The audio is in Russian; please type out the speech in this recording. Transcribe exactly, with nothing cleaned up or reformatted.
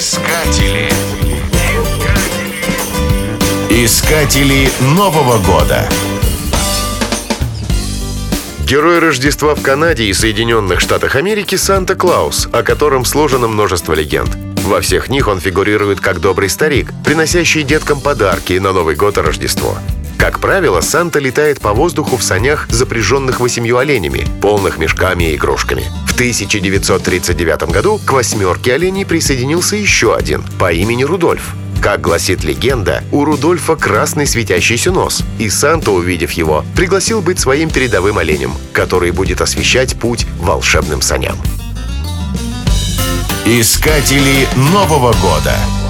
Искатели. Искатели Нового года. Герой Рождества в Канаде и Соединенных Штатах Америки — Санта-Клаус, о котором сложено множество легенд. Во всех них он фигурирует как добрый старик, приносящий деткам подарки на Новый год и Рождество. Как правило, Санта летает по воздуху в санях, запряженных восемью оленями, полных мешками и игрушками. В тысяча девятьсот тридцать девятом году к восьмерке оленей присоединился еще один по имени Рудольф. Как гласит легенда, у Рудольфа красный светящийся нос, и Санта, увидев его, пригласил быть своим передовым оленем, который будет освещать путь волшебным саням. Искатели Нового года.